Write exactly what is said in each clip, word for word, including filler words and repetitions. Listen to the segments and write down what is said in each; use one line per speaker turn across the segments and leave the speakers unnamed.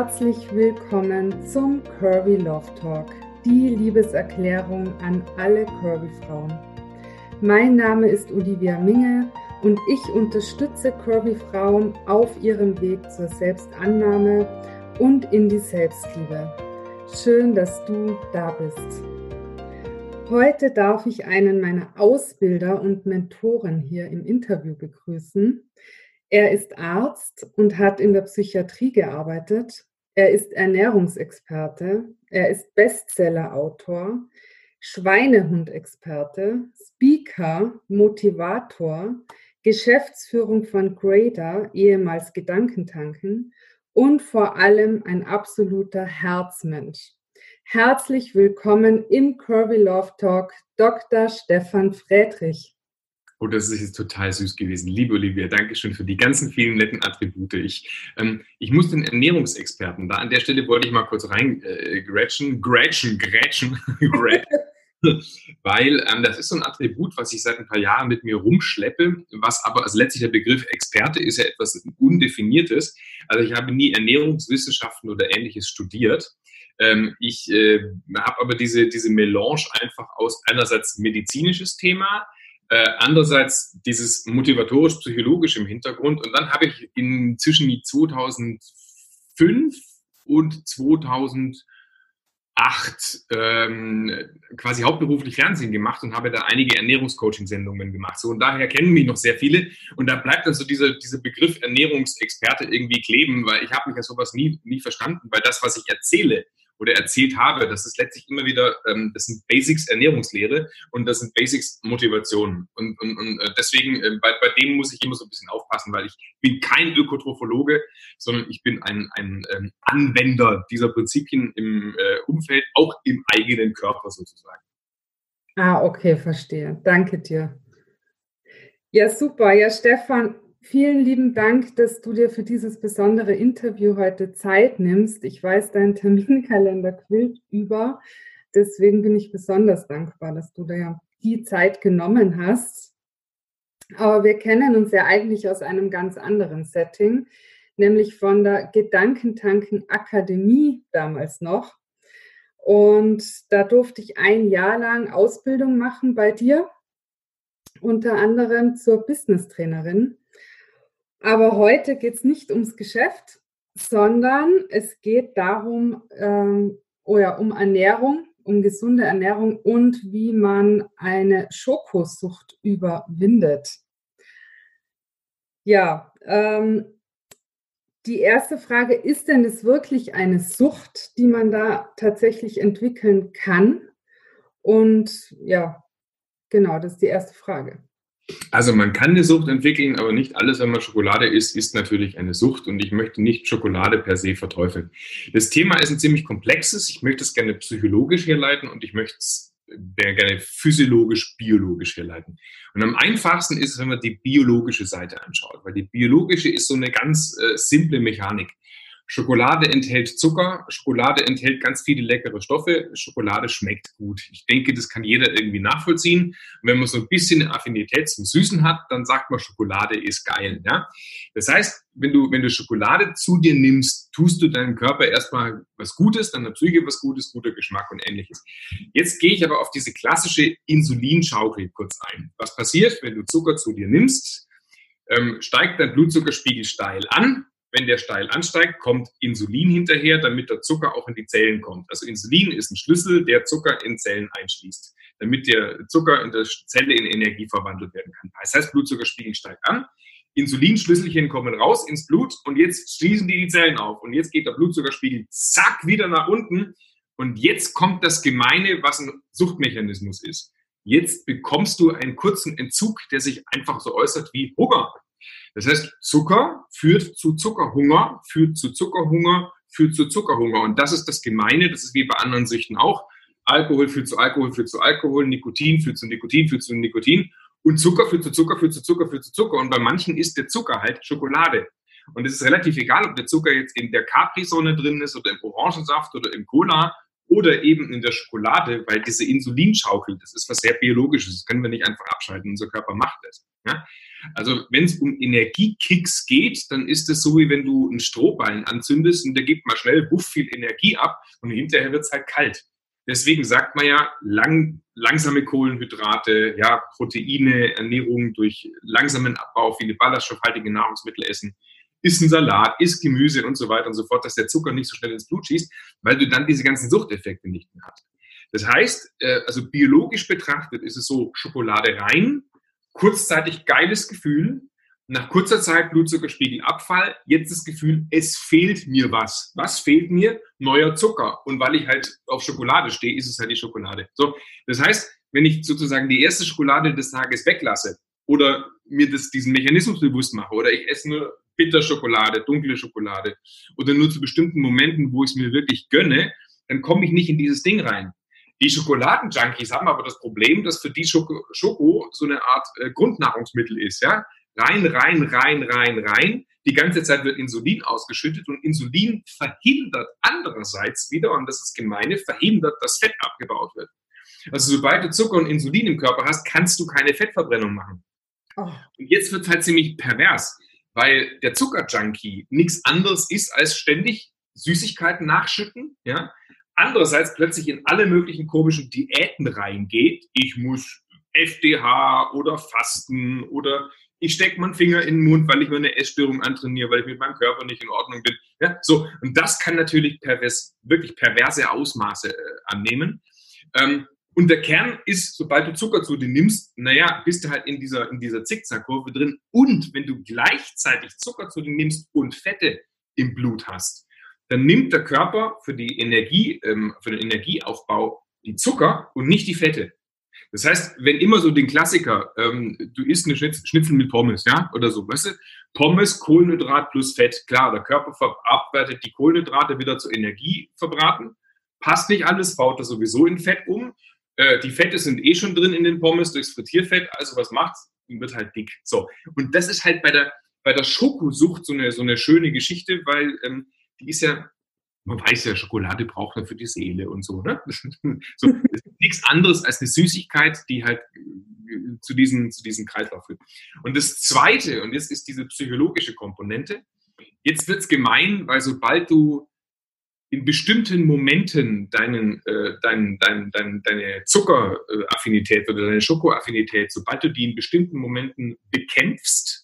Herzlich willkommen zum Curvy Love Talk, die Liebeserklärung an alle Curvy-Frauen. Mein Name ist Olivia Minge und ich unterstütze Curvy-Frauen auf ihrem Weg zur Selbstannahme und in die Selbstliebe. Schön, dass du da bist. Heute darf ich einen meiner Ausbilder und Mentoren hier im Interview begrüßen. Er ist Arzt und hat in der Psychiatrie gearbeitet. Er ist Ernährungsexperte. Er ist Bestsellerautor, Schweinehundexperte, Speaker, Motivator, Geschäftsführung von Greater, ehemals Gedankentanken und vor allem ein absoluter Herzmensch. Herzlich willkommen im Curvy Love Talk, Doktor Stefan Friedrich.
Oh, das ist jetzt total süß gewesen. Liebe Olivia, danke schön für die ganzen vielen netten Attribute. Ich, ähm, ich muss den Ernährungsexperten, da an der Stelle wollte ich mal kurz rein äh, grätschen, grätschen, grätschen, weil ähm, das ist so ein Attribut, was ich seit ein paar Jahren mit mir rumschleppe, was aber als letztlich der Begriff Experte ist ja etwas Undefiniertes. Also ich habe nie Ernährungswissenschaften oder Ähnliches studiert. Ähm, ich äh, habe aber diese, diese Melange einfach aus einerseits medizinisches Thema, Äh, andererseits dieses motivatorisch-psychologische im Hintergrund. Und dann habe ich in, zwischen zweitausendfünf und zweitausendacht ähm, quasi hauptberuflich Fernsehen gemacht und habe da einige Ernährungscoaching-Sendungen gemacht. So, und daher kennen mich noch sehr viele. Und da bleibt dann so dieser, dieser Begriff Ernährungsexperte irgendwie kleben, weil ich habe mich ja sowas nie, nie verstanden, weil das, was ich erzähle, oder erzählt habe, das ist letztlich immer wieder, ähm, das sind Basics Ernährungslehre und das sind Basics Motivation. Und, und, und deswegen, äh, bei, bei dem muss ich immer so ein bisschen aufpassen, weil ich bin kein Ökotrophologe, sondern ich bin ein, ein ähm, Anwender dieser Prinzipien im äh, Umfeld, auch im eigenen Körper sozusagen.
Ah, okay, verstehe. Danke dir. Ja, super. Ja, Stefan, vielen lieben Dank, dass du dir für dieses besondere Interview heute Zeit nimmst. Ich weiß, dein Terminkalender quillt über. Deswegen bin ich besonders dankbar, dass du da die Zeit genommen hast. Aber wir kennen uns ja eigentlich aus einem ganz anderen Setting, nämlich von der Gedankentanken Akademie damals noch. Und da durfte ich ein Jahr lang Ausbildung machen bei dir, unter anderem zur Business-Trainerin. Aber heute geht es nicht ums Geschäft, sondern es geht darum, ähm, oh ja, um Ernährung, um gesunde Ernährung und wie man eine Schokosucht überwindet. Ja, ähm, die erste Frage, ist denn das wirklich eine Sucht, die man da tatsächlich entwickeln kann? Und ja, genau, das ist die erste Frage.
Also man kann eine Sucht entwickeln, aber nicht alles, wenn man Schokolade isst, ist natürlich eine Sucht und ich möchte nicht Schokolade per se verteufeln. Das Thema ist ein ziemlich komplexes, ich möchte es gerne psychologisch herleiten und ich möchte es gerne physiologisch-biologisch herleiten. Und am einfachsten ist es, wenn man die biologische Seite anschaut, weil die biologische ist so eine ganz äh, simple Mechanik. Schokolade enthält Zucker, Schokolade enthält ganz viele leckere Stoffe, Schokolade schmeckt gut. Ich denke, das kann jeder irgendwie nachvollziehen. Und wenn man so ein bisschen eine Affinität zum Süßen hat, dann sagt man, Schokolade ist geil. Ja? Das heißt, wenn du, wenn du Schokolade zu dir nimmst, tust du deinem Körper erstmal was Gutes, deiner Psyche was Gutes, guter Geschmack und Ähnliches. Jetzt gehe ich aber auf diese klassische Insulinschaukel kurz ein. Was passiert, wenn du Zucker zu dir nimmst? Ähm, steigt dein Blutzuckerspiegel steil an. Wenn der steil ansteigt, kommt Insulin hinterher, damit der Zucker auch in die Zellen kommt. Also Insulin ist ein Schlüssel, der Zucker in Zellen einschließt, damit der Zucker in der Zelle in Energie verwandelt werden kann. Das heißt, Blutzuckerspiegel steigt an, Insulinschlüsselchen kommen raus ins Blut und jetzt schließen die die Zellen auf. Und jetzt geht der Blutzuckerspiegel zack wieder nach unten und jetzt kommt das Gemeine, was ein Suchtmechanismus ist. Jetzt bekommst du einen kurzen Entzug, der sich einfach so äußert wie Hunger. Das heißt, Zucker führt zu Zuckerhunger, führt zu Zuckerhunger, führt zu Zuckerhunger. Und das ist das Gemeine, das ist wie bei anderen Süchten auch. Alkohol führt zu Alkohol, führt zu Alkohol, Nikotin führt zu Nikotin, führt zu Nikotin. Und Zucker führt zu Zucker, führt zu Zucker, führt zu Zucker. Und bei manchen ist der Zucker halt Schokolade. Und es ist relativ egal, ob der Zucker jetzt in der Capri-Sonne drin ist oder im Orangensaft oder im Cola oder eben in der Schokolade, weil diese Insulinschaukel, das ist was sehr Biologisches, das können wir nicht einfach abschalten, unser Körper macht das. Ja? Also wenn es um Energiekicks geht, dann ist es so, wie wenn du einen Strohballen anzündest und der gibt mal schnell buff viel Energie ab und hinterher wird es halt kalt. Deswegen sagt man ja, lang, langsame Kohlenhydrate, ja, Proteine, Ernährung durch langsamen Abbau, viele ballaststoffhaltige Nahrungsmittel essen, isst ein Salat, isst Gemüse und so weiter und so fort, dass der Zucker nicht so schnell ins Blut schießt, weil du dann diese ganzen Suchteffekte nicht mehr hast. Das heißt, also biologisch betrachtet ist es so, Schokolade rein, kurzzeitig geiles Gefühl, nach kurzer Zeit Blutzuckerspiegelabfall, jetzt das Gefühl, es fehlt mir was. Was fehlt mir? Neuer Zucker. Und weil ich halt auf Schokolade stehe, ist es halt die Schokolade. So, das heißt, wenn ich sozusagen die erste Schokolade des Tages weglasse oder mir das, diesen Mechanismus bewusst mache oder ich esse nur Bitterschokolade, dunkle Schokolade oder nur zu bestimmten Momenten, wo ich es mir wirklich gönne, dann komme ich nicht in dieses Ding rein. Die Schokoladenjunkies haben aber das Problem, dass für die Schoko, Schoko so eine Art äh, Grundnahrungsmittel ist, ja. Rein, rein, rein, rein, rein. Die ganze Zeit wird Insulin ausgeschüttet und Insulin verhindert andererseits wieder, und das ist gemeine, verhindert, dass Fett abgebaut wird. Also sobald du Zucker und Insulin im Körper hast, kannst du keine Fettverbrennung machen. Oh. Und jetzt wird es halt ziemlich pervers, weil der Zuckerjunkie nichts anderes ist, als ständig Süßigkeiten nachschütten, ja. Andererseits plötzlich in alle möglichen komischen Diäten reingeht. Ich muss F D H oder Fasten oder ich stecke meinen Finger in den Mund, weil ich mir eine Essstörung antrainiere, weil ich mit meinem Körper nicht in Ordnung bin. Ja, so. Und das kann natürlich pervers, wirklich perverse Ausmaße äh, annehmen. Ähm, und der Kern ist, sobald du Zucker zu dir nimmst, naja, bist du halt in dieser, in dieser Zickzackkurve drin. Und wenn du gleichzeitig Zucker zu dir nimmst und Fette im Blut hast, dann nimmt der Körper für die Energie, ähm, für den Energieaufbau die Zucker und nicht die Fette. Das heißt, wenn immer so den Klassiker, ähm, du isst eine Schnitzel mit Pommes, ja, oder so, weißt du, Pommes, Kohlenhydrat plus Fett, klar, der Körper verarbeitet die Kohlenhydrate wieder zur Energie verbraten, passt nicht alles, baut das sowieso in Fett um, äh, die Fette sind eh schon drin in den Pommes durchs Frittierfett, also was macht's? Wird halt dick. So, und das ist halt bei der, bei der Schokosucht so eine, so eine schöne Geschichte, weil ähm, die ist ja, man weiß ja, Schokolade braucht man für die Seele und so, ne? So, das ist nichts anderes als eine Süßigkeit, die halt zu diesem, zu diesem Kreislauf führt. Und das Zweite, und jetzt ist diese psychologische Komponente, jetzt wird's gemein, weil sobald du in bestimmten Momenten deinen, äh, dein, dein, dein, deine Zuckeraffinität oder deine Schokoaffinität, sobald du die in bestimmten Momenten bekämpfst,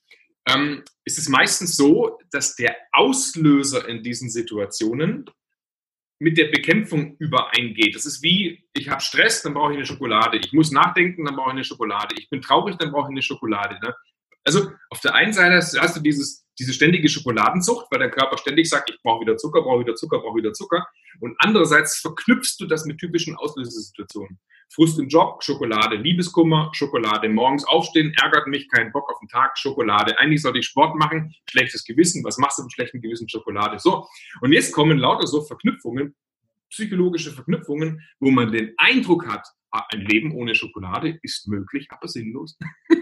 Ähm, ist es meistens so, dass der Auslöser in diesen Situationen mit der Bekämpfung übereingeht. Das ist wie, ich habe Stress, dann brauche ich eine Schokolade. Ich muss nachdenken, dann brauche ich eine Schokolade. Ich bin traurig, dann brauche ich eine Schokolade. Ne? Also auf der einen Seite hast, hast du dieses, diese ständige Schokoladensucht, weil dein Körper ständig sagt, ich brauche wieder Zucker, brauche wieder Zucker, brauche wieder Zucker. Und andererseits verknüpfst du das mit typischen Auslösesituationen. Frust im Job, Schokolade, Liebeskummer, Schokolade, morgens aufstehen, ärgert mich, keinen Bock auf den Tag, Schokolade. Eigentlich sollte ich Sport machen, schlechtes Gewissen, was machst du mit schlechtem Gewissen, Schokolade. So, und jetzt kommen lauter so Verknüpfungen, psychologische Verknüpfungen, wo man den Eindruck hat, ein Leben ohne Schokolade ist möglich, aber sinnlos.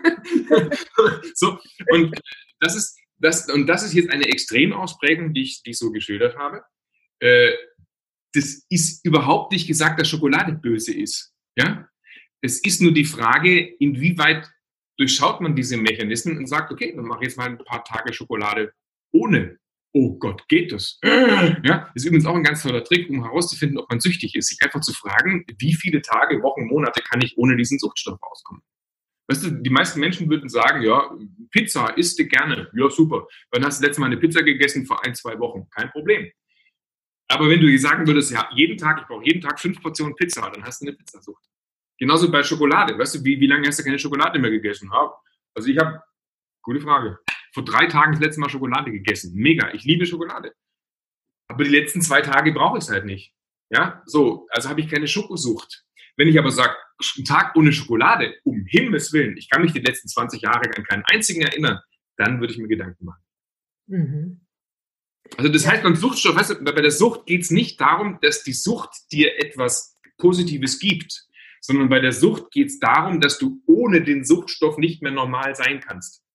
So, und das ist, das, und das ist jetzt eine Extremausprägung, die ich, die ich so geschildert habe. Äh, das ist überhaupt nicht gesagt, dass Schokolade böse ist. Ja? Es ist nur die Frage, inwieweit durchschaut man diese Mechanismen und sagt, okay, dann mache ich jetzt mal ein paar Tage Schokolade ohne. Oh Gott, geht das? Ja, ist übrigens auch ein ganz toller Trick, um herauszufinden, ob man süchtig ist. Sich einfach zu fragen, wie viele Tage, Wochen, Monate kann ich ohne diesen Suchtstoff auskommen? Weißt du, die meisten Menschen würden sagen, ja, Pizza isst du gerne. Ja, super. Wann hast du das letzte Mal eine Pizza gegessen? Vor ein, zwei Wochen. Kein Problem. Aber wenn du sagen würdest, ja, jeden Tag, ich brauche jeden Tag fünf Portionen Pizza, dann hast du eine Pizzasucht. Genauso bei Schokolade. Weißt du, wie, wie lange hast du keine Schokolade mehr gegessen? Ja, also ich habe, gute Frage, vor drei Tagen das letzte Mal Schokolade gegessen. Mega, ich liebe Schokolade. Aber die letzten zwei Tage brauche ich es halt nicht. Ja, so, also habe ich keine Schokosucht. Wenn ich aber sage, ein Tag ohne Schokolade, um Himmels Willen, ich kann mich die letzten zwanzig Jahre an keinen einzigen erinnern, dann würde ich mir Gedanken machen. Mhm. Also das heißt, beim Suchtstoff, weißt du, bei der Sucht geht es nicht darum, dass die Sucht dir etwas Positives gibt, sondern bei der Sucht geht es darum, dass du ohne den Suchtstoff nicht mehr normal sein kannst.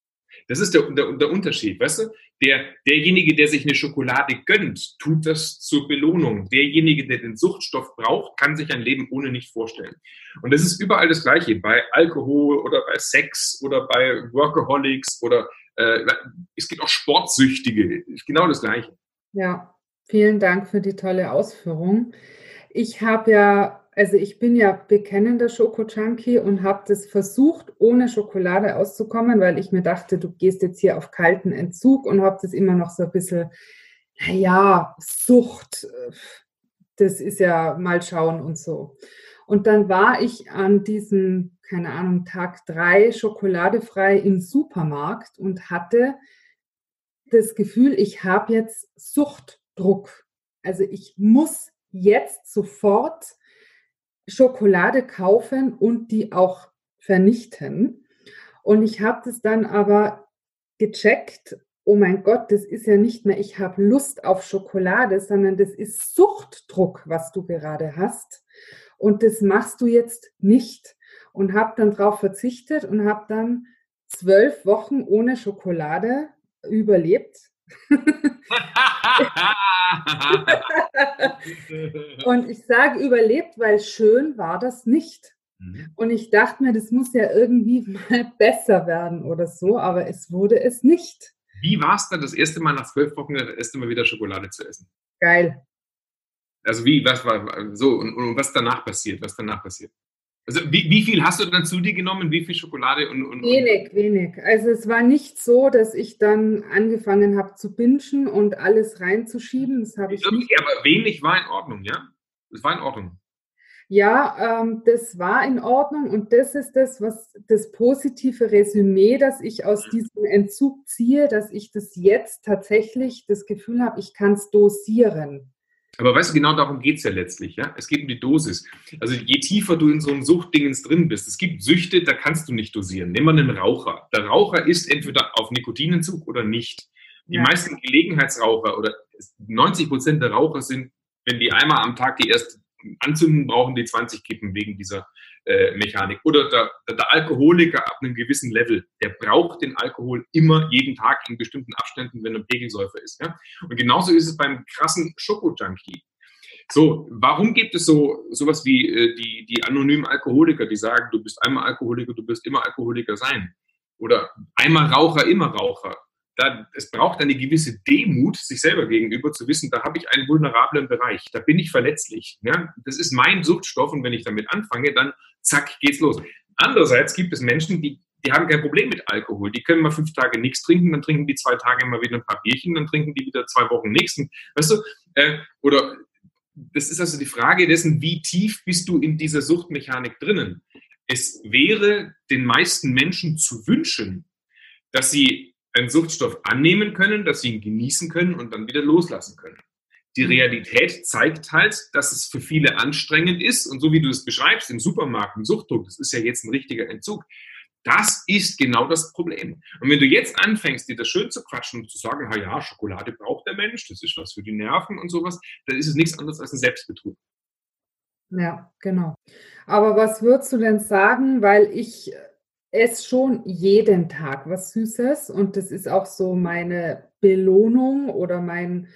Das ist der, der, der Unterschied, weißt du? Der, derjenige, der sich eine Schokolade gönnt, tut das zur Belohnung. Derjenige, der den Suchtstoff braucht, kann sich ein Leben ohne nicht vorstellen. Und das ist überall das Gleiche, bei Alkohol oder bei Sex oder bei Workaholics oder äh, es gibt auch Sportsüchtige, ist genau das Gleiche.
Ja, vielen Dank für die tolle Ausführung. Ich habe ja, also ich bin ja bekennender Schoko-Junkie und habe das versucht, ohne Schokolade auszukommen, weil ich mir dachte, du gehst jetzt hier auf kalten Entzug und habe das immer noch so ein bisschen, naja, Sucht, das ist ja mal schauen und so. Und dann war ich an diesem, keine Ahnung, Tag drei schokoladefrei im Supermarkt und hatte das Gefühl, ich habe jetzt Suchtdruck. Also ich muss jetzt sofort Schokolade kaufen und die auch vernichten. Und ich habe das dann aber gecheckt, oh mein Gott, das ist ja nicht mehr, ich habe Lust auf Schokolade, sondern das ist Suchtdruck, was du gerade hast. Und das machst du jetzt nicht. Und habe dann darauf verzichtet und habe dann zwölf Wochen ohne Schokolade überlebt. Und ich sage überlebt, weil schön war das nicht. Mhm. Und ich dachte mir, das muss ja irgendwie mal besser werden oder so, aber es wurde es nicht.
Wie war es dann das erste Mal nach zwölf Wochen, das erste Mal wieder Schokolade zu essen?
Geil.
Also wie, was war so und, und was danach passiert, was danach passiert? Also wie, wie viel hast du dann zu dir genommen? Wie viel Schokolade? Und, und
wenig, wenig. Also es war nicht so, dass ich dann angefangen habe zu bingen und alles reinzuschieben. Das habe ich
okay,
nicht.
Aber wenig war in Ordnung, ja? Das war in Ordnung.
Ja, ähm, das war in Ordnung und das ist das, was das positive Resümee, das ich aus diesem Entzug ziehe, dass ich das jetzt tatsächlich das Gefühl habe, ich kann es dosieren.
Aber weißt du, genau darum geht es ja letztlich. Ja? Es geht um die Dosis. Also je tiefer du in so einem Suchtdingens drin bist, es gibt Süchte, da kannst du nicht dosieren. Nimm mal einen Raucher. Der Raucher ist entweder auf Nikotinentzug oder nicht. Die ja. meisten Gelegenheitsraucher oder neunzig Prozent der Raucher sind, wenn die einmal am Tag die erst anzünden, brauchen die zwanzig Kippen wegen dieser äh, Mechanik. Oder der, der, der Alkoholiker ab einem gewissen Level, der braucht den Alkohol immer jeden Tag in bestimmten Abständen, wenn er Pegelsäufer ist. Ja? Und genauso ist es beim krassen Schoko-Junkie. So, warum gibt es so sowas wie äh, die, die anonymen Alkoholiker, die sagen, du bist einmal Alkoholiker, du wirst immer Alkoholiker sein? Oder einmal Raucher, immer Raucher. Da, es braucht eine gewisse Demut, sich selber gegenüber zu wissen, da habe ich einen vulnerablen Bereich, da bin ich verletzlich. Ja? Das ist mein Suchtstoff und wenn ich damit anfange, dann zack, geht's los. Andererseits gibt es Menschen, die, die haben kein Problem mit Alkohol. Die können mal fünf Tage nichts trinken, dann trinken die zwei Tage mal wieder ein paar Bierchen, dann trinken die wieder zwei Wochen nichts. Weißt du, äh, oder das ist also die Frage dessen, wie tief bist du in dieser Suchtmechanik drinnen. Es wäre den meisten Menschen zu wünschen, dass sie einen Suchtstoff annehmen können, dass sie ihn genießen können und dann wieder loslassen können. Die Realität zeigt halt, dass es für viele anstrengend ist und so wie du es beschreibst, im Supermarkt, im Suchtdruck, das ist ja jetzt ein richtiger Entzug, das ist genau das Problem. Und wenn du jetzt anfängst, dir das schön zu quatschen und zu sagen, ha ja, Schokolade braucht der Mensch, das ist was für die Nerven und sowas, dann ist es nichts anderes als ein Selbstbetrug.
Ja, genau. Aber was würdest du denn sagen, weil ich esse schon jeden Tag was Süßes und das ist auch so meine Belohnung oder mein,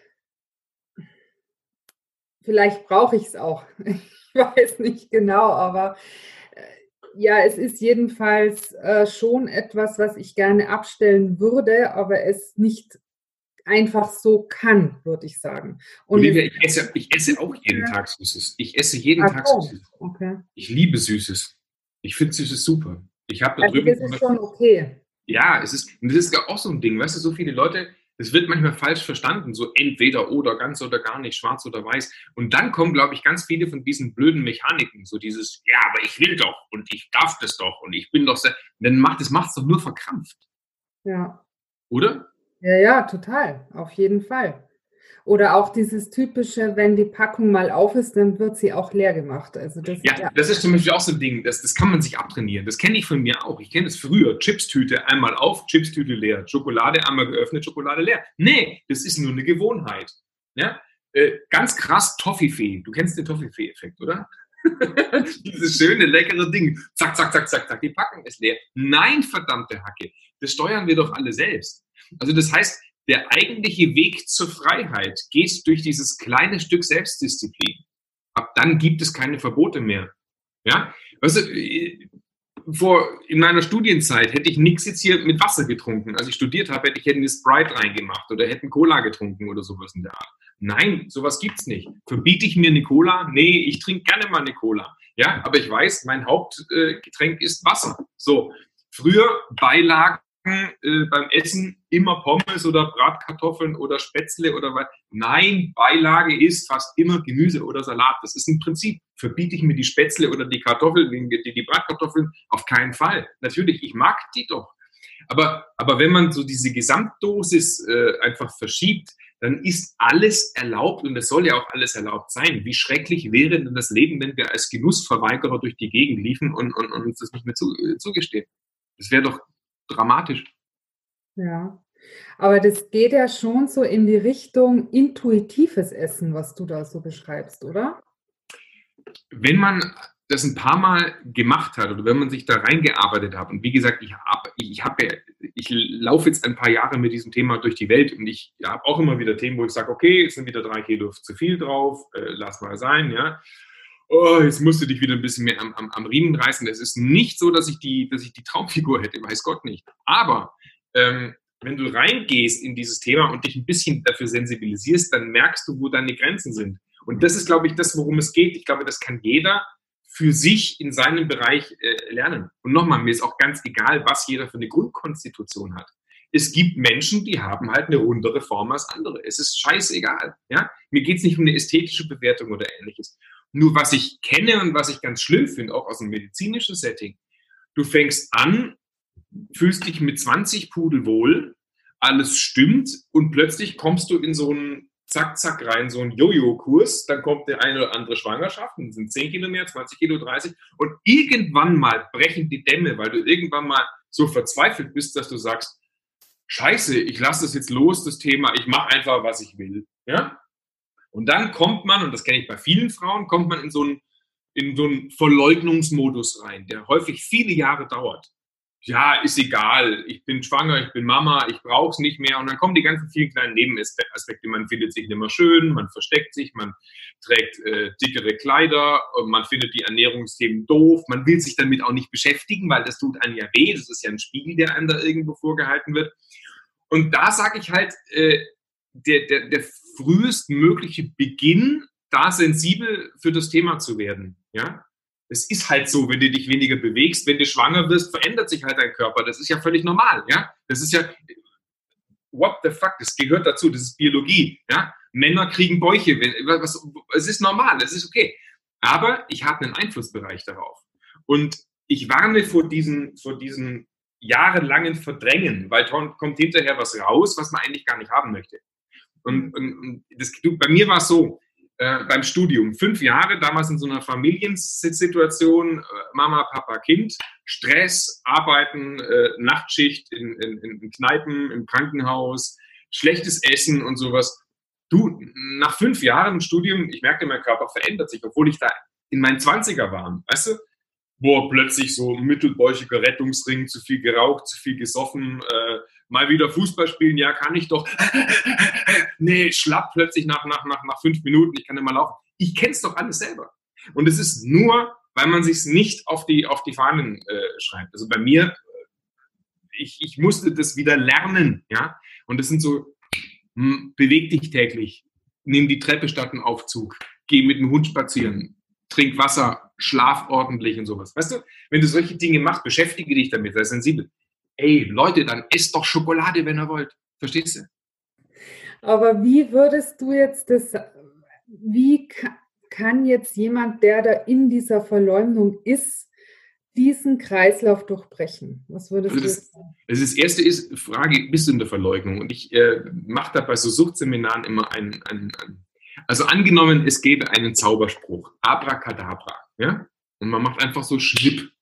vielleicht brauche ich es auch, ich weiß nicht genau, aber äh, ja, es ist jedenfalls äh, schon etwas, was ich gerne abstellen würde, aber es nicht einfach so kann, würde ich sagen.
Und Olivia, ich esse, ich esse auch jeden Tag Süßes. Ich esse jeden Ach, Tag Süßes. Okay. Ich liebe Süßes. Ich finde Süßes super. Ich habe da
also
drüben.
Das ist schon okay.
Ja, es ist, und das ist ja auch so ein Ding, weißt du, so viele Leute, das wird manchmal falsch verstanden, so entweder oder, ganz oder gar nicht, schwarz oder weiß. Und dann kommen, glaube ich, ganz viele von diesen blöden Mechaniken, so dieses, ja, aber ich will doch und ich darf das doch und ich bin doch sehr, dann macht, das macht es doch nur verkrampft.
Ja.
Oder?
Ja, ja, total, auf jeden Fall. Oder auch dieses typische, wenn die Packung mal auf ist, dann wird sie auch leer gemacht. Also das
ja,
ist ja,
das ist zum Beispiel auch so ein Ding, das, das kann man sich abtrainieren. Das kenne ich von mir auch. Ich kenne es früher. Chipstüte einmal auf, Chipstüte leer. Schokolade einmal geöffnet, Schokolade leer. Nee, das ist nur eine Gewohnheit. Ja? Äh, ganz krass Toffifee. Du kennst den Toffifee-Effekt, oder? Dieses schöne, leckere Ding. Zack, zack, zack, zack, zack, die Packung ist leer. Nein, verdammte Hacke. Das steuern wir doch alle selbst. Also das heißt, der eigentliche Weg zur Freiheit geht durch dieses kleine Stück Selbstdisziplin. Ab dann gibt es keine Verbote mehr. Ja? Weißt du, vor, in meiner Studienzeit hätte ich nichts jetzt hier mit Wasser getrunken. Als ich studiert habe, hätte ich eine Sprite reingemacht oder hätte Cola getrunken oder sowas in der Art. Nein, sowas gibt's nicht. Verbiete ich mir eine Cola? Nee, ich trinke gerne mal eine Cola. Ja, aber ich weiß, mein Hauptgetränk ist Wasser. So, früher Beilagen äh, beim Essen immer Pommes oder Bratkartoffeln oder Spätzle oder was. Nein, Beilage ist fast immer Gemüse oder Salat. Das ist ein Prinzip. Verbiete ich mir die Spätzle oder die Kartoffeln, die, die Bratkartoffeln? Auf keinen Fall. Natürlich, ich mag die doch. Aber, aber wenn man so diese Gesamtdosis äh, einfach verschiebt, dann ist alles erlaubt und es soll ja auch alles erlaubt sein. Wie schrecklich wäre denn das Leben, wenn wir als Genussverweigerer durch die Gegend liefen und, und, und uns das nicht mehr zu, äh, zugestehen? Das wäre doch dramatisch.
Ja, aber das geht ja schon so in die Richtung intuitives Essen, was du da so beschreibst, oder?
Wenn man das ein paar Mal gemacht hat oder wenn man sich da reingearbeitet hat, und wie gesagt, ich habe ich hab ja, ich laufe jetzt ein paar Jahre mit diesem Thema durch die Welt und ich habe auch immer wieder Themen, wo ich sage, okay, es sind wieder drei Kilo zu viel drauf, äh, lass mal sein, ja. Oh, jetzt musst du dich wieder ein bisschen mehr am, am, am Riemen reißen. Es ist nicht so, dass ich die, dass ich die Traumfigur hätte, weiß Gott nicht. Aber ähm, wenn du reingehst in dieses Thema und dich ein bisschen dafür sensibilisierst, dann merkst du, wo deine Grenzen sind. Und das ist, glaube ich, das, worum es geht. Ich glaube, das kann jeder für sich in seinem Bereich äh, lernen. Und nochmal, mir ist auch ganz egal, was jeder für eine Grundkonstitution hat. Es gibt Menschen, die haben halt eine rundere Form als andere. Es ist scheißegal. Ja? Mir geht es nicht um eine ästhetische Bewertung oder Ähnliches. Nur was ich kenne und was ich ganz schlimm finde, auch aus dem medizinischen Setting, du fängst an, fühlst dich mit zwanzig Pudel wohl, alles stimmt und plötzlich kommst du in so einen Zack, Zack rein, so einen Jojo-Kurs, dann kommt der eine oder andere Schwangerschaft, dann sind zehn Kilo mehr, zwanzig Kilo, dreißig und irgendwann mal brechen die Dämme, weil du irgendwann mal so verzweifelt bist, dass du sagst, Scheiße, ich lasse das jetzt los, das Thema, ich mache einfach, was ich will. Ja? Und dann kommt man, und das kenne ich bei vielen Frauen, kommt man in so einen, in so einen Verleugnungsmodus rein, der häufig viele Jahre dauert. Ja, ist egal, ich bin schwanger, ich bin Mama, ich brauche es nicht mehr. Und dann kommen die ganzen vielen kleinen Nebenaspekte. Man findet sich nicht mehr schön, man versteckt sich, man trägt äh, dickere Kleider, man findet die Ernährungsthemen doof, man will sich damit auch nicht beschäftigen, weil das tut einem ja weh, das ist ja ein Spiegel, der einem da irgendwo vorgehalten wird. Und da sage ich halt, äh, der, der, der frühestmögliche Beginn, da sensibel für das Thema zu werden, ja. Es ist halt so, wenn du dich weniger bewegst, wenn du schwanger wirst, verändert sich halt dein Körper. Das ist ja völlig normal, ja. Das ist ja, what the fuck, das gehört dazu, das ist Biologie, ja. Männer kriegen Bäuche, was, es ist normal, es ist okay. Aber ich habe einen Einflussbereich darauf. Und ich warne vor diesen, vor diesen jahrelangen Verdrängen, weil kommt hinterher was raus, was man eigentlich gar nicht haben möchte. Und, und, und das, bei mir war es so, äh, beim Studium, fünf Jahre, damals in so einer Familiensituation, äh, Mama, Papa, Kind, Stress, Arbeiten, äh, Nachtschicht in, in, in Kneipen, im Krankenhaus, schlechtes Essen und sowas. Du, nach fünf Jahren im Studium, ich merkte, mein Körper verändert sich, obwohl ich da in meinen Zwanziger war, weißt du? Boah, plötzlich so mittelbäuchiger Rettungsring, zu viel geraucht, zu viel gesoffen, äh, mal wieder Fußball spielen, ja, kann ich doch. Nee, schlapp plötzlich nach, nach, nach, nach fünf Minuten, ich kann nicht mal laufen. Ich kenn's doch alles selber. Und es ist nur, weil man sich's nicht auf die, auf die Fahnen äh, schreibt. Also bei mir, ich, ich musste das wieder lernen, ja. Und das sind so, mh, beweg dich täglich, nimm die Treppe statt einen Aufzug, geh mit dem Hund spazieren, trink Wasser, schlaf ordentlich und sowas. Weißt du, wenn du solche Dinge machst, beschäftige dich damit, sei sensibel. Ey, Leute, dann esst doch Schokolade, wenn ihr wollt. Verstehst du?
Aber wie würdest du jetzt das, wie kann jetzt jemand, der da in dieser Verleumdung ist, diesen Kreislauf durchbrechen? Was würdest
also
du
das,
sagen?
Also das Erste ist, Frage, bist du in der Verleugnung? Und ich äh, mache da bei so Suchtseminaren immer einen, einen, einen also angenommen, es gäbe einen Zauberspruch, Abracadabra, ja? Und man macht einfach so Schnipp.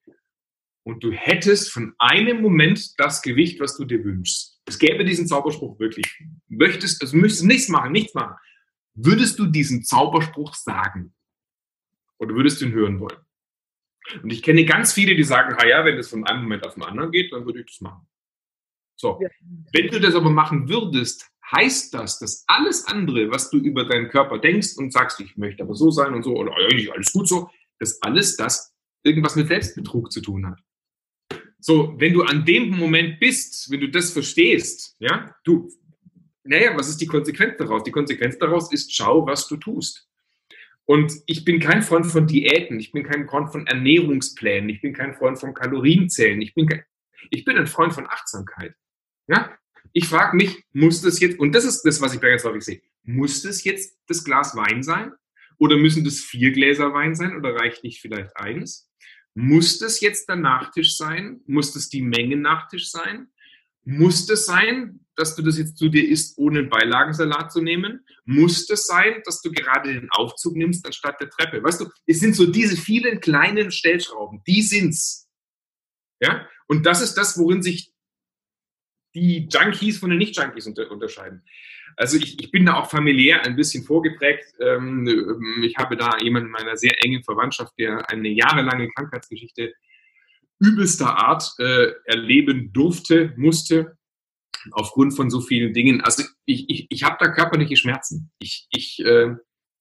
Und du hättest von einem Moment das Gewicht, was du dir wünschst. Es gäbe diesen Zauberspruch wirklich. Möchtest, also müsstest nichts machen, nichts machen. Würdest du diesen Zauberspruch sagen? Oder würdest du ihn hören wollen? Und ich kenne ganz viele, die sagen, ah ja, wenn das von einem Moment auf den anderen geht, dann würde ich das machen. So, ja. Wenn du das aber machen würdest, heißt das, dass alles andere, was du über deinen Körper denkst und sagst, ich möchte aber so sein und so, oder eigentlich alles gut so, dass alles das irgendwas mit Selbstbetrug zu tun hat. So, wenn du an dem Moment bist, wenn du das verstehst, ja, du, naja, was ist die Konsequenz daraus? Die Konsequenz daraus ist, schau, was du tust. Und ich bin kein Freund von Diäten, ich bin kein Freund von Ernährungsplänen, ich bin kein Freund von Kalorienzählen, ich bin, kein, ich bin ein Freund von Achtsamkeit. Ja? Ich frage mich, muss das jetzt, und das ist das, was ich da ganz häufig sehe, muss das jetzt das Glas Wein sein? Oder müssen das vier Gläser Wein sein? Oder reicht nicht vielleicht eins? Muss das jetzt der Nachtisch sein? Muss das die Menge Nachtisch sein? Muss das sein, dass du das jetzt zu dir isst, ohne einen Beilagensalat zu nehmen? Muss das sein, dass du gerade den Aufzug nimmst anstatt der Treppe? Weißt du, es sind so diese vielen kleinen Stellschrauben, die sind's. Ja? Und das ist das, worin sich die Junkies von den Nicht-Junkies unter- unterscheiden. Also ich, ich bin da auch familiär ein bisschen vorgeprägt. Ähm, ich habe da jemanden in meiner sehr engen Verwandtschaft, der eine jahrelange Krankheitsgeschichte übelster Art äh, erleben durfte, musste, aufgrund von so vielen Dingen. Also ich, ich, ich habe da körperliche Schmerzen. Ich, ich, äh,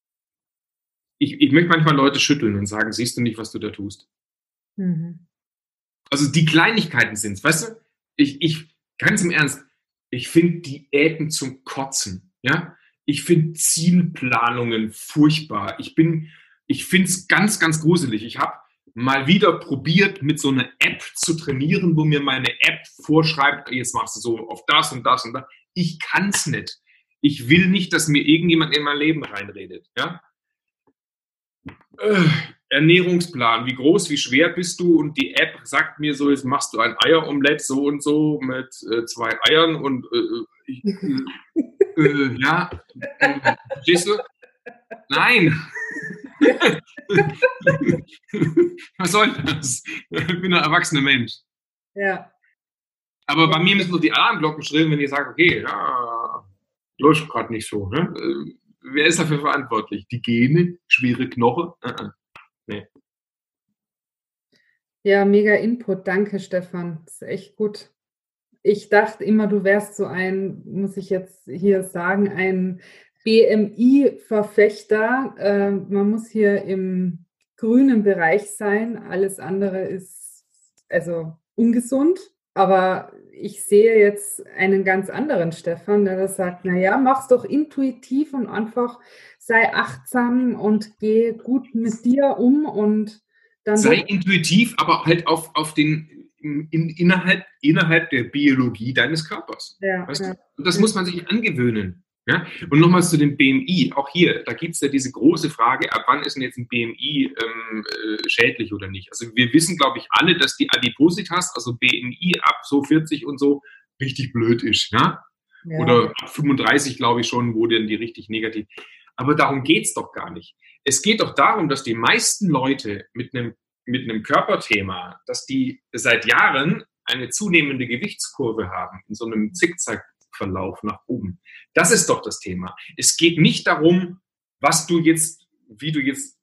ich, ich möchte manchmal Leute schütteln und sagen, siehst du nicht, was du da tust? Mhm. Also die Kleinigkeiten sind es, weißt du? Ich, ich, ganz im Ernst, ich finde Diäten zum Kotzen. Ja? Ich finde Zielplanungen furchtbar. Ich bin, ich finde es ganz, ganz gruselig. Ich habe mal wieder probiert, mit so einer App zu trainieren, wo mir meine App vorschreibt, jetzt machst du so auf das und das und das. Ich kann es nicht. Ich will nicht, dass mir irgendjemand in mein Leben reinredet. Ja? Äh, Ernährungsplan, wie groß, wie schwer bist du? Und die App sagt mir so, jetzt machst du ein Eieromelett so und so mit äh, zwei Eiern und äh, ich, äh, äh, ja, äh, verstehst du? Nein. Was soll das? Ich bin ein erwachsener Mensch.
Ja.
Aber bei mir müssen nur die Alarmglocken schrillen, wenn ihr sagt, okay, ja, läuft gerade nicht so. Ne? Wer ist dafür verantwortlich? Die Gene, schwere Knochen? Uh-uh. Nee.
Ja, mega Input. Danke, Stefan. Das ist echt gut. Ich dachte immer, du wärst so ein, muss ich jetzt hier sagen, ein B M I-Verfechter. Äh, man muss hier im grünen Bereich sein. Alles andere ist also ungesund. Aber ich sehe jetzt einen ganz anderen Stefan, der das sagt, naja, mach's doch intuitiv und einfach sei achtsam und geh gut mit dir um und dann...
Sei intuitiv, aber halt auf, auf den, in, in, innerhalb, innerhalb der Biologie deines Körpers. Ja, weißt ja. du? Und das muss man sich angewöhnen. Ja? Und nochmals zu dem B M I, auch hier, da gibt es ja diese große Frage, ab wann ist denn jetzt ein B M I ähm, äh, schädlich oder nicht? Also wir wissen, glaube ich, alle, dass die Adipositas, also B M I ab so vierzig und so, richtig blöd ist. Ja? Ja. Oder ab fünfunddreißig, glaube ich schon, wo denn die richtig negativ. Aber darum geht es doch gar nicht. Es geht doch darum, dass die meisten Leute mit einem, mit einem Körperthema, dass die seit Jahren eine zunehmende Gewichtskurve haben, in so einem Zickzack-Verlauf nach oben. Das ist doch das Thema. Es geht nicht darum, was du jetzt, wie du jetzt,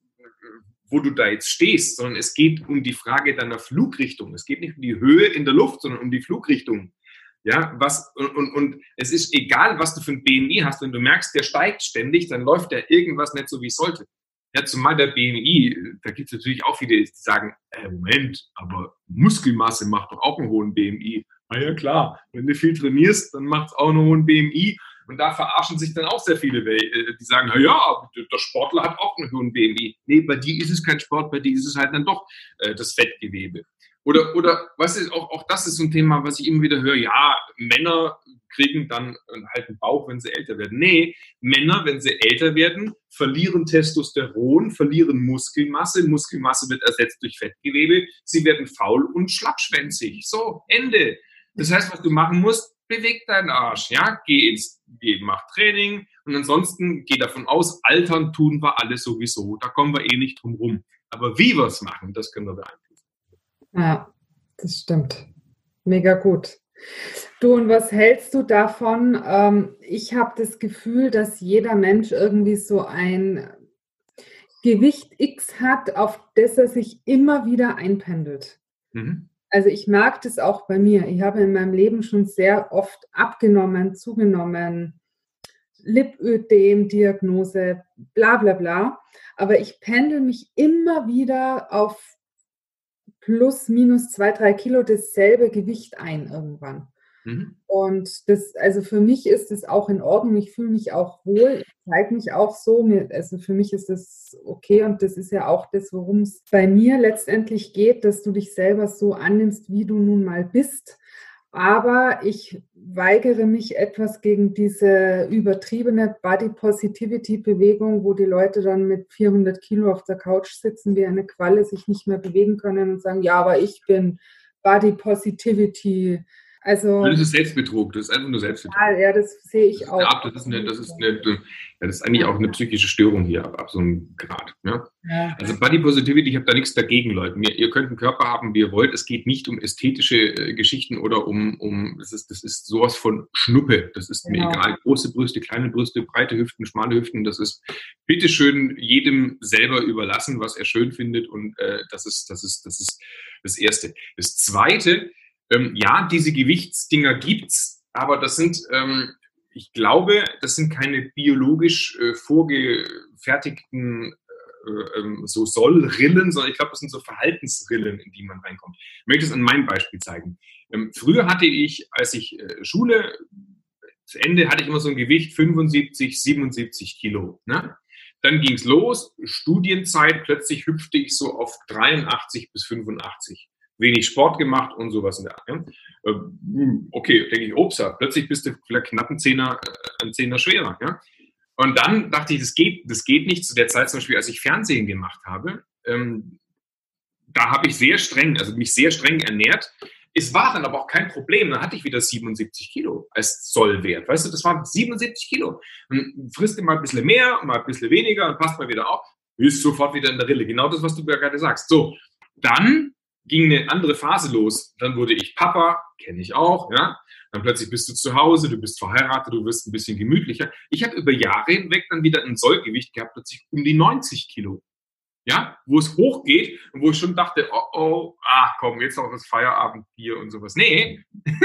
wo du da jetzt stehst, sondern es geht um die Frage deiner Flugrichtung. Es geht nicht um die Höhe in der Luft, sondern um die Flugrichtung. Ja, was, und, und, und es ist egal, was du für ein B M I hast, wenn du merkst, der steigt ständig, dann läuft der irgendwas nicht so, wie es sollte. Ja, zumal der B M I, da gibt es natürlich auch viele, die sagen, äh, Moment, aber Muskelmasse macht doch auch einen hohen B M I. Na ja, klar, wenn du viel trainierst, dann macht es auch einen hohen B M I. Und da verarschen sich dann auch sehr viele, die sagen, na ja, der Sportler hat auch einen hohen B M I. Nee, bei dir ist es kein Sport, bei dir ist es halt dann doch äh, das Fettgewebe. Oder, oder was ist, auch, auch das ist so ein Thema, was ich immer wieder höre, ja, Männer kriegen dann halt einen Bauch, wenn sie älter werden. Nee, Männer, wenn sie älter werden, verlieren Testosteron, verlieren Muskelmasse, Muskelmasse wird ersetzt durch Fettgewebe, sie werden faul und schlappschwänzig. So, Ende. Das heißt, was du machen musst, beweg deinen Arsch, ja, geh ins, geh, mach Training und ansonsten geh davon aus, altern tun wir alle sowieso, da kommen wir eh nicht drum rum. Aber wie wir es machen, das können wir beeinflussen.
Ja, das stimmt. Mega gut. Du, und was hältst du davon? Ähm, ich habe das Gefühl, dass jeder Mensch irgendwie so ein Gewicht X hat, auf das er sich immer wieder einpendelt. Mhm. Also ich merke das auch bei mir. Ich habe in meinem Leben schon sehr oft abgenommen, zugenommen, Lipödem-Diagnose, bla bla bla. Aber ich pendel mich immer wieder auf plus, minus zwei, drei Kilo dasselbe Gewicht ein irgendwann. Mhm. Und das, also für mich ist es auch in Ordnung. Ich fühle mich auch wohl. Ich zeige mich auch so. Also für mich ist das okay. Und das ist ja auch das, worum es bei mir letztendlich geht, dass du dich selber so annimmst, wie du nun mal bist. Aber ich weigere mich etwas gegen diese übertriebene Body-Positivity-Bewegung, wo die Leute dann mit vierhundert Kilo auf der Couch sitzen wie eine Qualle, sich nicht mehr bewegen können und sagen, ja, aber ich bin Body-Positivity. Also,
das ist Selbstbetrug, das ist einfach nur Selbstbetrug.
Ja, das sehe ich
das
auch.
Ab, das, ist eine, das, ist eine, das ist eigentlich auch eine psychische Störung hier, ab, ab so einem Grad. Ja? Ja. Also Body Positivity, ich habe da nichts dagegen, Leute. Ihr, ihr könnt einen Körper haben, wie ihr wollt. Es geht nicht um ästhetische äh, Geschichten oder um, um das, ist, das ist sowas von Schnuppe. Das ist genau. mir egal. Große Brüste, kleine Brüste, breite Hüften, schmale Hüften. Das ist bitteschön jedem selber überlassen, was er schön findet. Und äh, das, ist, das, ist, das ist das Erste. Das Zweite, Ähm, ja, diese Gewichtsdinger gibt's, aber das sind, ähm, ich glaube, das sind keine biologisch äh, vorgefertigten äh, ähm, so Sollrillen, sondern ich glaube, das sind so Verhaltensrillen, in die man reinkommt. Ich möchte es an meinem Beispiel zeigen. Ähm, früher hatte ich, als ich äh, Schule zu Ende, hatte ich immer so ein Gewicht fünfundsiebzig, siebenundsiebzig Kilo. Ne? Dann ging's los, Studienzeit, plötzlich hüpfte ich so auf dreiundachtzig bis fünfundachtzig. Wenig Sport gemacht und sowas in der Art. Ja? Okay, denke ich, ups, plötzlich bist du vielleicht knapp einen Zehner, einen Zehner schwerer. Ja? Und dann dachte ich, das geht, das geht nicht. Zu der Zeit zum Beispiel, als ich Fernsehen gemacht habe, ähm, da habe ich sehr streng, also mich sehr streng ernährt. Es war dann aber auch kein Problem. Dann hatte ich wieder siebenundsiebzig Kilo als Sollwert. Weißt du, das waren siebenundsiebzig Kilo. Und frisst du mal ein bisschen mehr, mal ein bisschen weniger und passt mal wieder auf, bist sofort wieder in der Rille. Genau das, was du gerade sagst. So, dann ging eine andere Phase los. Dann wurde ich Papa, kenne ich auch, ja. Dann plötzlich bist du zu Hause, du bist verheiratet, du wirst ein bisschen gemütlicher. Ich habe über Jahre hinweg dann wieder ein Sollgewicht gehabt, plötzlich um die neunzig Kilo. Ja, wo es hochgeht und wo ich schon dachte, oh oh, ach komm, jetzt noch das Feierabendbier und sowas. Nee,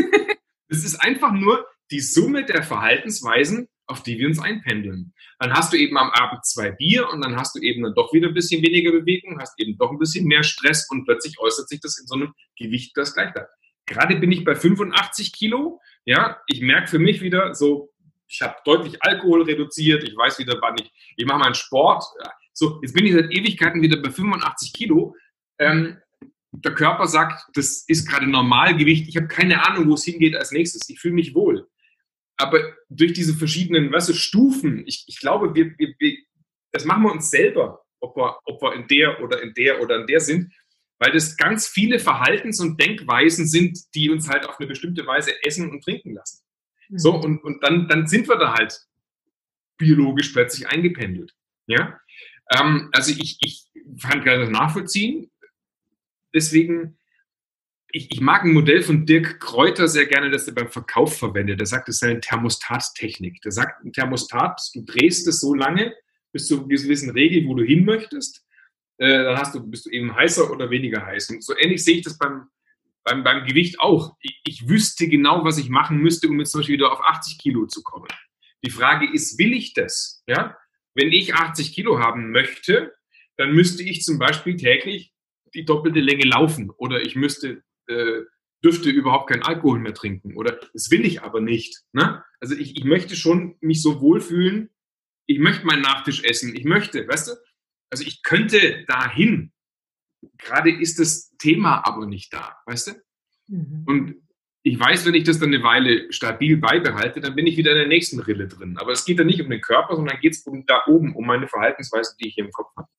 das ist einfach nur die Summe der Verhaltensweisen, auf die wir uns einpendeln. Dann hast du eben am Abend zwei Bier und dann hast du eben dann doch wieder ein bisschen weniger Bewegung, hast eben doch ein bisschen mehr Stress und plötzlich äußert sich das in so einem Gewicht, das gleich bleibt. Gerade bin ich bei fünfundachtzig Kilo, ja, ich merke für mich wieder so, ich habe deutlich Alkohol reduziert, ich weiß wieder, wann ich, ich mache meinen Sport, so, jetzt bin ich seit Ewigkeiten wieder bei fünfundachtzig Kilo, ähm, der Körper sagt, das ist gerade Normalgewicht, ich habe keine Ahnung, wo es hingeht als nächstes, ich fühle mich wohl. Aber durch diese verschiedenen, weißt du, Stufen, ich, ich glaube, wir, wir, wir, das machen wir uns selber, ob wir, ob wir in der oder in der oder in der sind, weil das ganz viele Verhaltens- und Denkweisen sind, die uns halt auf eine bestimmte Weise essen und trinken lassen. Mhm. So, und, und dann, dann sind wir da halt biologisch plötzlich eingependelt. Ja? Ähm, also ich, ich kann gerade nachvollziehen, deswegen... Ich, ich mag ein Modell von Dirk Kräuter sehr gerne, das er beim Verkauf verwendet. Der sagt, das ist eine Thermostattechnik. Der sagt, ein Thermostat, du drehst es so lange, bis zu einer gewissen Regel, wo du hin möchtest. Äh, dann hast du, bist du eben heißer oder weniger heiß. Und so ähnlich sehe ich das beim, beim, beim Gewicht auch. Ich, ich wüsste genau, was ich machen müsste, um jetzt zum Beispiel wieder auf achtzig Kilo zu kommen. Die Frage ist, will ich das? Ja? Wenn ich achtzig Kilo haben möchte, dann müsste ich zum Beispiel täglich die doppelte Länge laufen oder ich müsste Äh, dürfte überhaupt keinen Alkohol mehr trinken. Oder das will ich aber nicht. Ne? Also ich, ich möchte schon mich so wohlfühlen, ich möchte meinen Nachtisch essen, ich möchte, weißt du? Also ich könnte dahin. Gerade ist das Thema aber nicht da, weißt du? Mhm. Und ich weiß, wenn ich das dann eine Weile stabil beibehalte, dann bin ich wieder in der nächsten Rille drin. Aber es geht dann nicht um den Körper, sondern geht es um da oben, um meine Verhaltensweise, die ich hier im Kopf habe.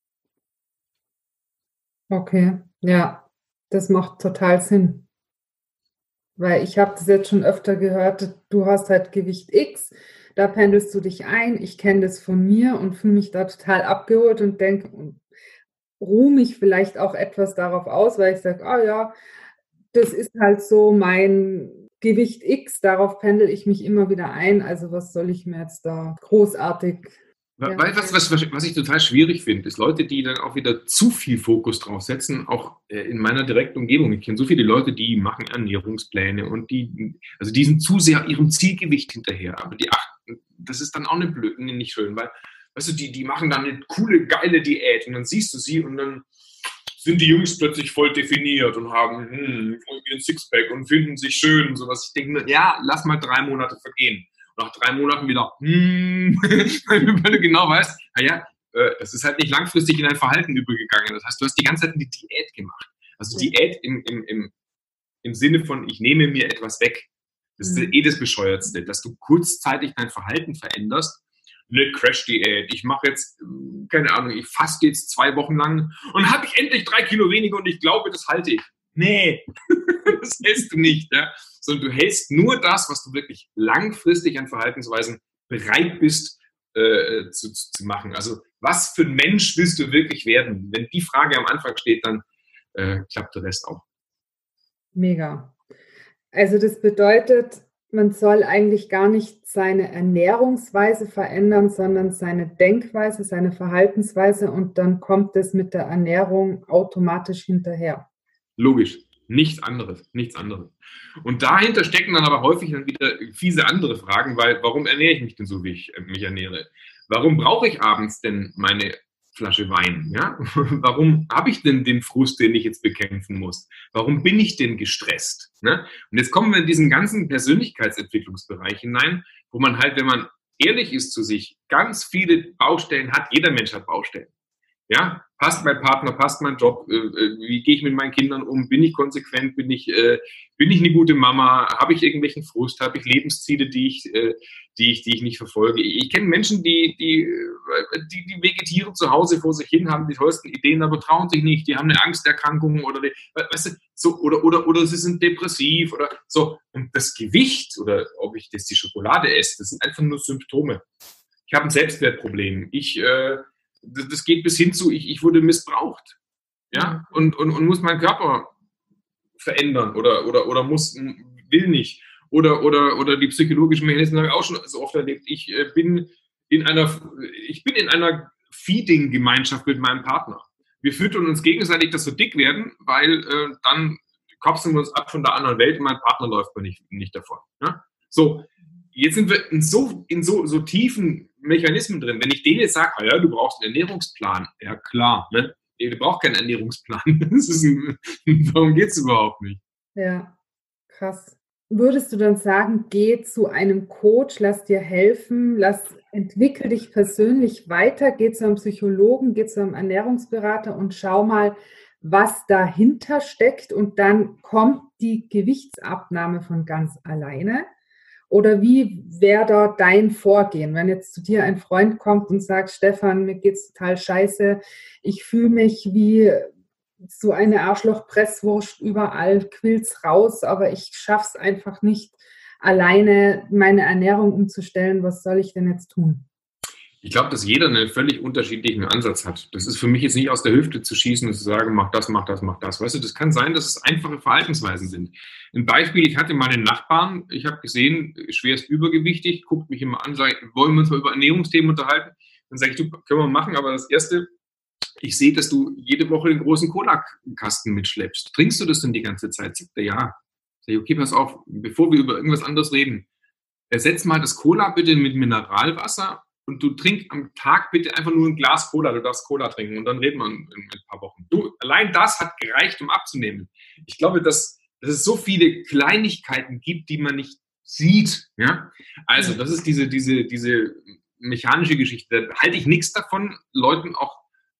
Okay, ja. Das macht total Sinn, weil ich habe das jetzt schon öfter gehört, du hast halt Gewicht X, da pendelst du dich ein, ich kenne das von mir und fühle mich da total abgeholt und denke, ruhe mich vielleicht auch etwas darauf aus, weil ich sage, ah ja, das ist halt so mein Gewicht X, darauf pendel ich mich immer wieder ein, also was soll ich mir jetzt da großartig Ja.
Weil was, was, was ich total schwierig finde, ist Leute, die dann auch wieder zu viel Fokus drauf setzen, auch äh, in meiner direkten Umgebung. Ich kenne so viele Leute, die machen Ernährungspläne und die, also die sind zu sehr ihrem Zielgewicht hinterher. Aber die achten, das ist dann auch eine blöd, nicht schön, weil, weißt du, die, die machen dann eine coole, geile Diät und dann siehst du sie und dann sind die Jungs plötzlich voll definiert und haben hm, ihren Sixpack und finden sich schön und sowas. Ich denke mir, ja, lass mal drei Monate vergehen. Nach drei Monaten wieder, hm, weil du genau weißt, naja, das ist halt nicht langfristig in dein Verhalten übergegangen. Das heißt, du hast die ganze Zeit eine Diät gemacht. Also Diät im, im, im, im Sinne von, ich nehme mir etwas weg. Das ist mhm. eh das Bescheuertste, dass du kurzzeitig dein Verhalten veränderst. Eine Crash-Diät. Ich mache jetzt, keine Ahnung, ich faste jetzt zwei Wochen lang und habe ich endlich drei Kilo weniger und ich glaube, das halte ich. Nee, das hältst du nicht, ja. Sondern du hältst nur das, was du wirklich langfristig an Verhaltensweisen bereit bist äh, zu, zu machen. Also was für ein Mensch willst du wirklich werden? Wenn die Frage am Anfang steht, dann äh, klappt der Rest auch.
Mega. Also das bedeutet, man soll eigentlich gar nicht seine Ernährungsweise verändern, sondern seine Denkweise, seine Verhaltensweise und dann kommt es mit der Ernährung automatisch hinterher.
Logisch. Nichts anderes, nichts anderes. Und dahinter stecken dann aber häufig dann wieder fiese andere Fragen, weil warum ernähre ich mich denn so, wie ich mich ernähre? Warum brauche ich abends denn meine Flasche Wein? Ja? Warum habe ich denn den Frust, den ich jetzt bekämpfen muss? Warum bin ich denn gestresst? Ne? Und jetzt kommen wir in diesen ganzen Persönlichkeitsentwicklungsbereich hinein, wo man halt, wenn man ehrlich ist zu sich, ganz viele Baustellen hat. Jeder Mensch hat Baustellen. Ja, passt mein Partner, passt mein Job, äh, wie gehe ich mit meinen Kindern um, bin ich konsequent, bin ich, äh, bin ich eine gute Mama, habe ich irgendwelchen Frust, habe ich Lebensziele, die ich, äh, die ich, die ich nicht verfolge. Ich kenne Menschen, die, die, die, die vegetieren zu Hause vor sich hin, haben die tollsten Ideen, aber trauen sich nicht, die haben eine Angsterkrankung oder, die, weißt du, so, oder, oder, oder sie sind depressiv oder so. Und das Gewicht oder ob ich jetzt die Schokolade esse, das sind einfach nur Symptome. Ich habe ein Selbstwertproblem. Ich, äh, Das geht bis hin zu, ich, ich wurde missbraucht, ja, und, und, und muss meinen Körper verändern oder, oder, oder muss, will nicht. Oder, oder, oder die psychologischen Mechanismen habe ich auch schon so oft erlebt. Ich äh, bin in einer, ich bin in einer Feeding-Gemeinschaft mit meinem Partner. Wir füttern uns gegenseitig, dass wir dick werden, weil äh, dann kopseln wir uns ab von der anderen Welt und mein Partner läuft mir nicht, nicht davon. Ja? So, jetzt sind wir in so, in so, so tiefen Mechanismen drin. Wenn ich denen jetzt sage, ah ja, du brauchst einen Ernährungsplan, ja klar, ne? Nee, du brauchst keinen Ernährungsplan. Das ist ein, darum geht es überhaupt nicht.
Ja, krass. Würdest du dann sagen, geh zu einem Coach, lass dir helfen, lass, entwickel dich persönlich weiter, geh zu einem Psychologen, geh zu einem Ernährungsberater und schau mal, was dahinter steckt und dann kommt die Gewichtsabnahme von ganz alleine? Oder wie wäre da dein Vorgehen, wenn jetzt zu dir ein Freund kommt und sagt, Stefan, mir geht's total scheiße, ich fühle mich wie so eine Arschloch-Presswurst, überall quillt's raus, aber ich schaff's einfach nicht, alleine meine Ernährung umzustellen, was soll ich denn jetzt tun?
Ich glaube, dass jeder einen völlig unterschiedlichen Ansatz hat. Das ist für mich jetzt nicht aus der Hüfte zu schießen und zu sagen, mach das, mach das, mach das. Weißt du, das kann sein, dass es einfache Verhaltensweisen sind. Ein Beispiel, ich hatte mal einen Nachbarn, ich habe gesehen, schwerst übergewichtig, guckt mich immer an, sagt, wollen wir uns mal über Ernährungsthemen unterhalten? Dann sage ich, du, können wir machen, aber das Erste, ich sehe, dass du jede Woche einen großen Cola-Kasten mitschleppst. Trinkst du das denn die ganze Zeit? Sagt er, ja. Sag ich, okay, pass auf, bevor wir über irgendwas anderes reden, ersetz mal das Cola bitte mit Mineralwasser und du trink am Tag bitte einfach nur ein Glas Cola, du darfst Cola trinken und dann reden wir in, in ein paar Wochen. Du, allein das hat gereicht, um abzunehmen. Ich glaube, dass, dass es so viele Kleinigkeiten gibt, die man nicht sieht. Ja? Also das ist diese, diese, diese mechanische Geschichte. Da halte ich nichts davon, Leuten auch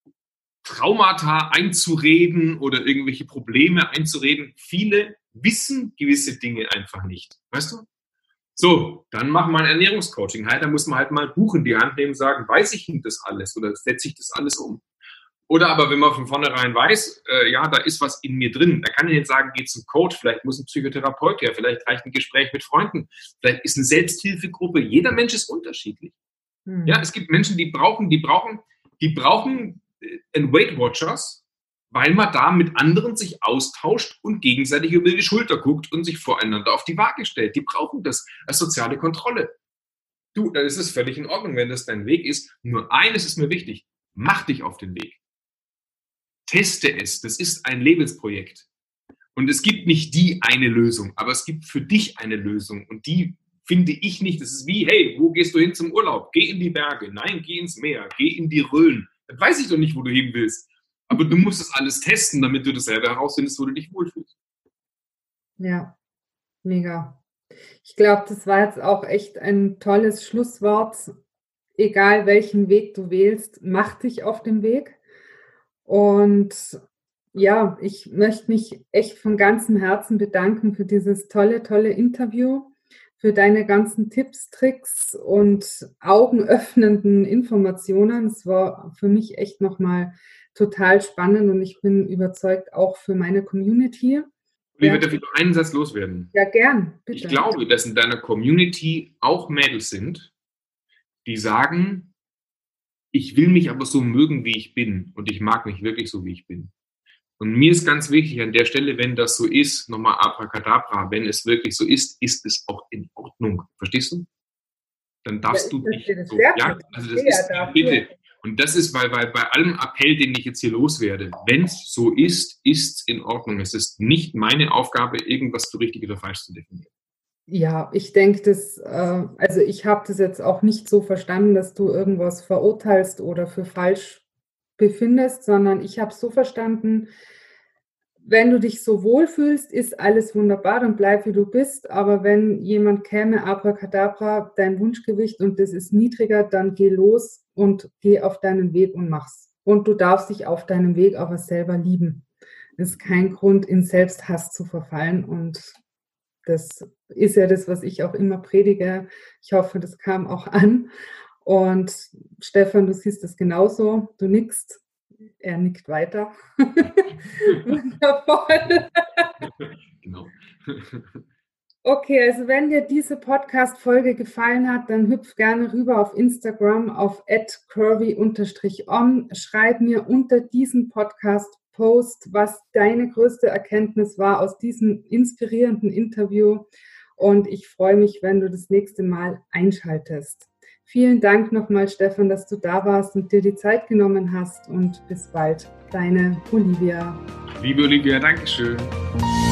Traumata einzureden oder irgendwelche Probleme einzureden. Viele wissen gewisse Dinge einfach nicht. Weißt du? So, dann machen wir ein Ernährungscoaching. Halt, da muss man halt mal ein Buch in die Hand nehmen und sagen, weiß ich denn das alles oder setze ich das alles um? Oder aber wenn man von vornherein weiß, äh, ja, da ist was in mir drin, dann kann ich jetzt sagen, geh zum Coach, vielleicht muss ein Psychotherapeut her, vielleicht reicht ein Gespräch mit Freunden, vielleicht ist eine Selbsthilfegruppe. Jeder Mensch ist unterschiedlich. Hm. Ja, es gibt Menschen, die brauchen, die brauchen, die brauchen äh, ein Weight Watchers, weil man da mit anderen sich austauscht und gegenseitig über die Schulter guckt und sich voreinander auf die Waage stellt. Die brauchen das als soziale Kontrolle. Du, dann ist es völlig in Ordnung, wenn das dein Weg ist. Nur eines ist mir wichtig. Mach dich auf den Weg. Teste es. Das ist ein Lebensprojekt. Und es gibt nicht die eine Lösung, aber es gibt für dich eine Lösung. Und die finde ich nicht. Das ist wie, hey, wo gehst du hin zum Urlaub? Geh in die Berge. Nein, geh ins Meer. Geh in die Rhön. Das weiß ich doch nicht, wo du hin willst. Aber du musst es alles testen, damit du das selber herausfindest, wo du dich wohlfühlst.
Ja, mega. Ich glaube, das war jetzt auch echt ein tolles Schlusswort. Egal welchen Weg du wählst, mach dich auf den Weg. Und ja, ich möchte mich echt von ganzem Herzen bedanken für dieses tolle, tolle Interview, für deine ganzen Tipps, Tricks und augenöffnenden Informationen. Es war für mich echt nochmal total spannend und ich bin überzeugt auch für meine Community.
Ich würde dafür noch einen Satz loswerden.
Ja, gern, bitte.
Ich glaube, dass in deiner Community auch Mädels sind, die sagen, ich will mich aber so mögen, wie ich bin und ich mag mich wirklich so, wie ich bin. Und mir ist ganz wichtig an der Stelle, wenn das so ist, nochmal Abracadabra, wenn es wirklich so ist, ist es auch in Ordnung. Verstehst du? Dann darfst ja, du dich so, ja, also das ist, bitte. Und das ist, weil, weil bei allem Appell, den ich jetzt hier loswerde, wenn es so ist, ist es in Ordnung. Es ist nicht meine Aufgabe, irgendwas für richtig oder falsch zu definieren.
Ja, ich denke, dass, äh, also ich habe das jetzt auch nicht so verstanden, dass du irgendwas verurteilst oder für falsch befindest, sondern ich habe es so verstanden, wenn du dich so wohlfühlst, ist alles wunderbar, dann bleib wie du bist, aber wenn jemand käme, Abracadabra, dein Wunschgewicht und das ist niedriger, dann geh los und geh auf deinen Weg und mach's. Und du darfst dich auf deinem Weg aber selber lieben. Das ist kein Grund, in Selbsthass zu verfallen und das ist ja das, was ich auch immer predige. Ich hoffe, das kam auch an. Und Stefan, du siehst es genauso. Du nickst. Er nickt weiter. Wundervoll.
Genau.
Okay, also wenn dir diese Podcast-Folge gefallen hat, dann hüpf gerne rüber auf Instagram auf at curvy on. Schreib mir unter diesem Podcast-Post, was deine größte Erkenntnis war aus diesem inspirierenden Interview. Und ich freue mich, wenn du das nächste Mal einschaltest. Vielen Dank nochmal, Stefan, dass du da warst und dir die Zeit genommen hast. Und bis bald, deine Olivia.
Liebe Olivia, Dankeschön.